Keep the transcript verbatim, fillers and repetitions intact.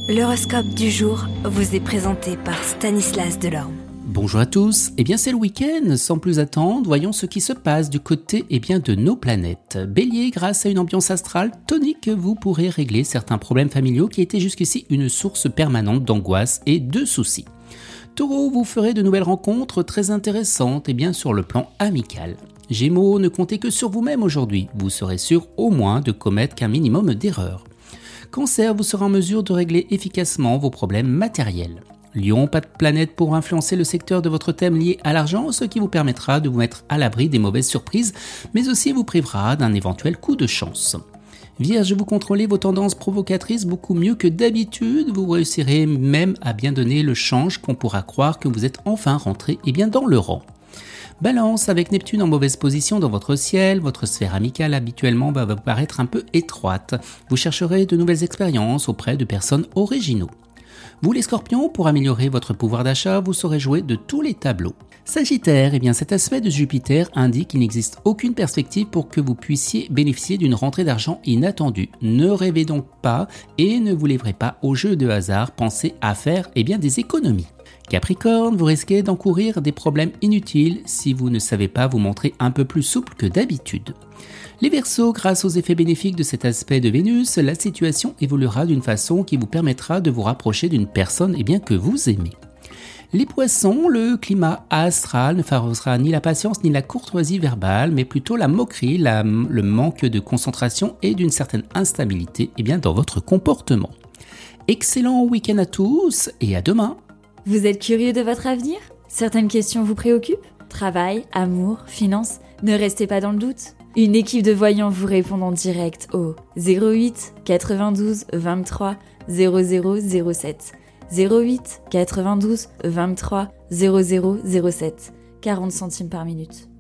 L'horoscope du jour vous est présenté par Stanislas Delorme. Bonjour à tous, eh bien c'est le week-end, sans plus attendre, voyons ce qui se passe du côté eh bien, de nos planètes. Bélier, grâce à une ambiance astrale tonique, vous pourrez régler certains problèmes familiaux qui étaient jusqu'ici une source permanente d'angoisse et de soucis. Taureau, vous ferez de nouvelles rencontres très intéressantes et bien sur le plan amical. Gémeaux, ne comptez que sur vous-même aujourd'hui, vous serez sûr au moins de commettre qu'un minimum d'erreurs. Cancer, vous serez en mesure de régler efficacement vos problèmes matériels. Lion, pas de planète pour influencer le secteur de votre thème lié à l'argent, ce qui vous permettra de vous mettre à l'abri des mauvaises surprises, mais aussi vous privera d'un éventuel coup de chance. Vierge, vous contrôlez vos tendances provocatrices beaucoup mieux que d'habitude, vous réussirez même à bien donner le change qu'on pourra croire que vous êtes enfin rentré et bien dans le rang. Balance, avec Neptune en mauvaise position dans votre ciel, votre sphère amicale habituellement va vous paraître un peu étroite. Vous chercherez de nouvelles expériences auprès de personnes originaux. Vous les scorpions, pour améliorer votre pouvoir d'achat, vous saurez jouer de tous les tableaux. Sagittaire, eh bien cet aspect de Jupiter indique qu'il n'existe aucune perspective pour que vous puissiez bénéficier d'une rentrée d'argent inattendue. Ne rêvez donc pas et ne vous livrez pas au jeu de hasard, pensez à faire eh bien, des économies. Capricorne, vous risquez d'encourir des problèmes inutiles si vous ne savez pas vous montrer un peu plus souple que d'habitude. Les Verseaux, grâce aux effets bénéfiques de cet aspect de Vénus, la situation évoluera d'une façon qui vous permettra de vous rapprocher d'une personne eh bien, que vous aimez. Les Poissons, le climat astral ne favorisera ni la patience ni la courtoisie verbale, mais plutôt la moquerie, la, le manque de concentration et d'une certaine instabilité eh bien, dans votre comportement. Excellent week-end à tous et à demain. Vous êtes curieux de votre avenir ? Certaines questions vous préoccupent ? Travail, amour, finances ? Ne restez pas dans le doute. Une équipe de voyants vous répond en direct au zéro huit quatre-vingt-douze vingt-trois zéro zéro zéro sept zéro huit quatre-vingt-douze vingt-trois zéro zéro zéro sept quarante centimes par minute.